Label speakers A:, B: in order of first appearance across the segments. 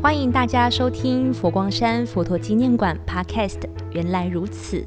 A: 欢迎大家收听佛光山佛陀纪念馆 Podcast。原来如此。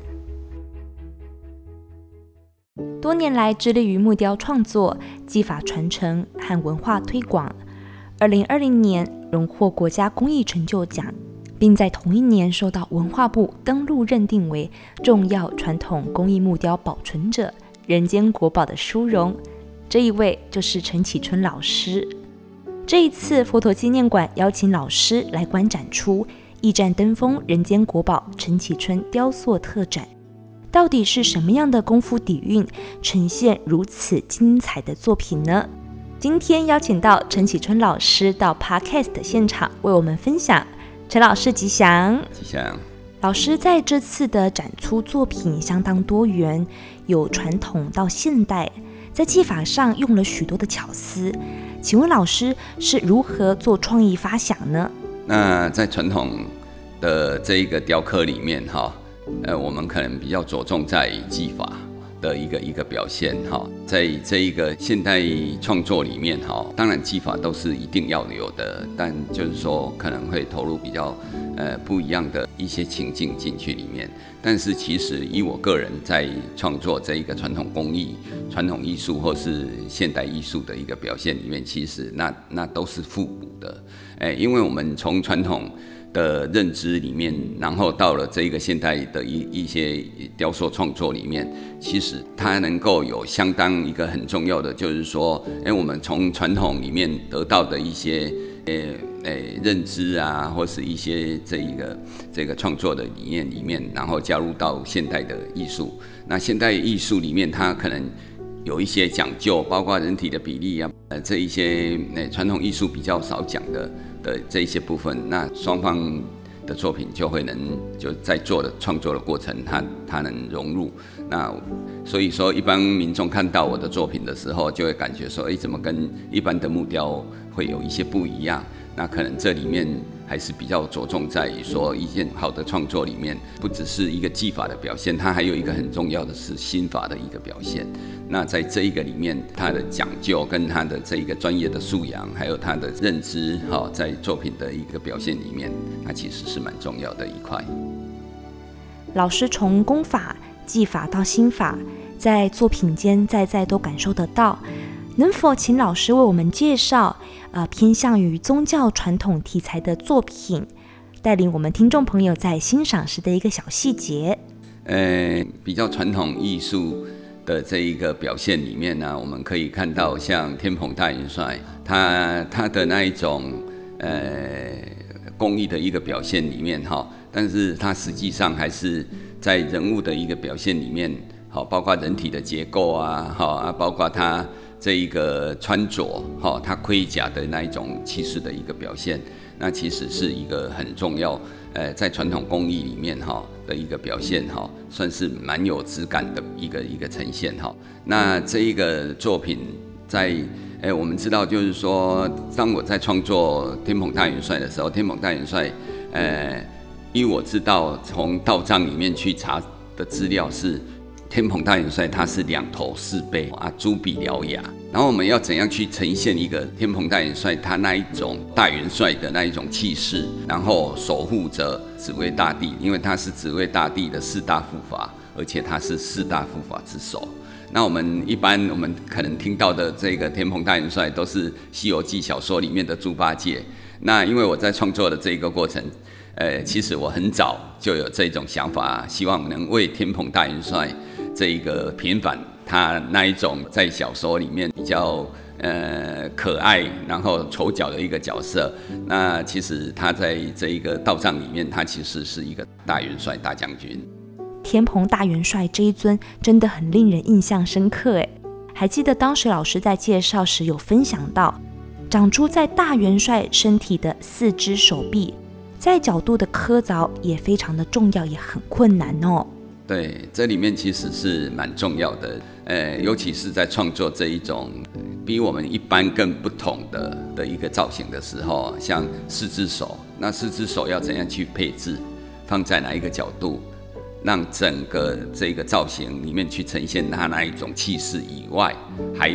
A: 多年来致力于木雕创作、技法传承和文化推广。2020年荣获国家工艺成就奖，并在同一年受到文化部登录认定为重要传统工艺木雕保存者、人间国宝的殊荣。这一位就是陈启春老师。这一次佛陀纪念馆邀请老师来观展出驿站登峰人间国宝陈启春雕塑特展。到底是什么样的功夫底蕴呈现如此精彩的作品呢？今天邀请到陈启春老师到 Podcast 的现场为我们分享。陈老师吉祥。
B: 吉祥。
A: 老师在这次的展出作品相当多元，有传统到现代，在技法上用了许多的巧思。请问老师是如何做创意发想呢？
B: 那在传统的这一个雕刻里面我们可能比较着重在技法的一个表现在这一个现代创作里面当然技法都是一定要有的，但就是说可能会投入比较不一样的一些情境进去里面。但是其实以我个人在创作这一个传统工艺、传统艺术或是现代艺术的一个表现里面，其实那都是互补的。因为我们从传统的认知里面，然后到了这个现代的一些雕塑创作里面，其实它能够有相当一个很重要的，就是说，我们从传统里面得到的一些认知啊，或是一些这个创作的理念里面，然后加入到现代的艺术。那现代艺术里面，它可能有一些讲究，包括人体的比例啊，这一些传统艺术比较少讲的这一些部分，那双方的作品就在创作的过程，它能融入。那所以说，一般民众看到我的作品的时候，就会感觉说，怎么跟一般的木雕会有一些不一样？那可能这里面还是比较着重在于说，一件好的创作里面，不只是一个技法的表现，它还有一个很重要的是心法的一个表现。那在这一个里面，它的讲究跟它的这一个专业的素养，还有它的认知，在作品的一个表现里面，那其实是蛮重要的一块。
A: 老师从功法、技法到心法，在作品间在都感受得到。能否请老师为我们介绍偏向于宗教传统题材的作品，带领我们听众朋友在欣赏时的一个小细节？
B: 比较传统艺术的这一个表现里面呢，我们可以看到像天蓬大元帅，他的那一种工艺的一个表现里面但是他实际上还是在人物的一个表现里面包括人体的结构包括他这一个穿着他盔甲的那一种气势的一个表现，那其实是一个很重要在传统工艺里面的一个表现算是蛮有质感的一个呈现那这一个作品在我们知道就是说，当我在创作天蓬大元帅的时候，天蓬大元帅因为我知道从道藏里面去查的资料是天蓬大元帅他是2头4臂猪鼻獠牙，然后我们要怎样去呈现一个天蓬大元帅他那一种大元帅的那一种气势，然后守护着紫薇大帝，因为他是紫薇大帝的4大护法，而且他是4大护法之首。那我们可能听到的这个天蓬大元帅都是《西游记》小说里面的猪八戒。那因为我在创作的这一个过程，其实我很早就有这种想法，希望能为天蓬大元帅这一个平反他那一种在小说里面比较可爱然后丑角的一个角色。那其实他在这一个道藏里面，他其实是一个大元帅大将军。
A: 天蓬大元帅这一尊真的很令人印象深刻。还记得当时老师在介绍时有分享到，长出在大元帅身体的4只手臂，在角度的刻凿也非常的重要，也很困难哦。
B: 对，这里面其实是蛮重要的，尤其是在创作这一种比我们一般更不同的一个造型的时候，像4只手，那4只手要怎样去配置，放在哪一个角度，让整个这个造型里面去呈现它那一种气势以外，还要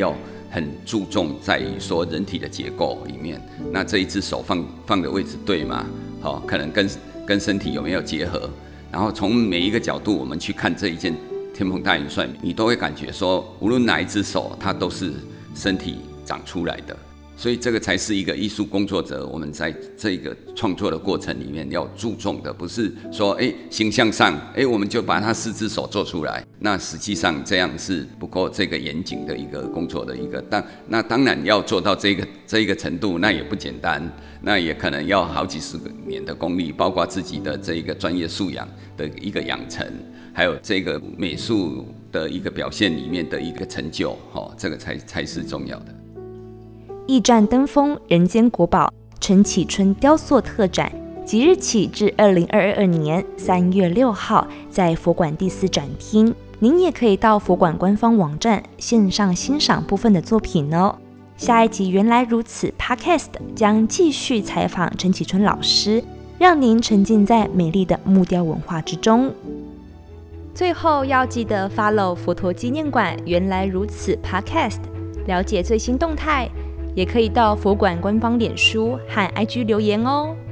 B: 很注重在于说人体的结构里面，那这一只手放的位置对吗？可能跟身体有没有结合？然后从每一个角度我们去看这一件天蓬大元帅，你都会感觉说，无论哪一只手，它都是身体长出来的。所以这个才是一个艺术工作者，我们在这个创作的过程里面要注重的，不是说形象上我们就把它4只手做出来，那实际上这样是不够这个严谨的一个工作的一个，那当然要做到这一个程度，那也不简单，那也可能要好几十年的功力，包括自己的这一个专业素养的一个养成，还有这个美术的一个表现里面的一个成就，这个才是重要的。
A: 驿站登峰人间国宝陈启春雕塑特展，即日起至2022年3月6号在佛馆第4展厅，您也可以到佛馆官方网站线上欣赏部分的作品哦。下一集原来如此 Podcast 将继续采访陈启春老师，让您沉浸在美丽的木雕文化之中。最后要记得 follow 佛陀纪念馆原来如此 Podcast， 了解最新动态，也可以到佛馆官方脸书和 IG 留言哦。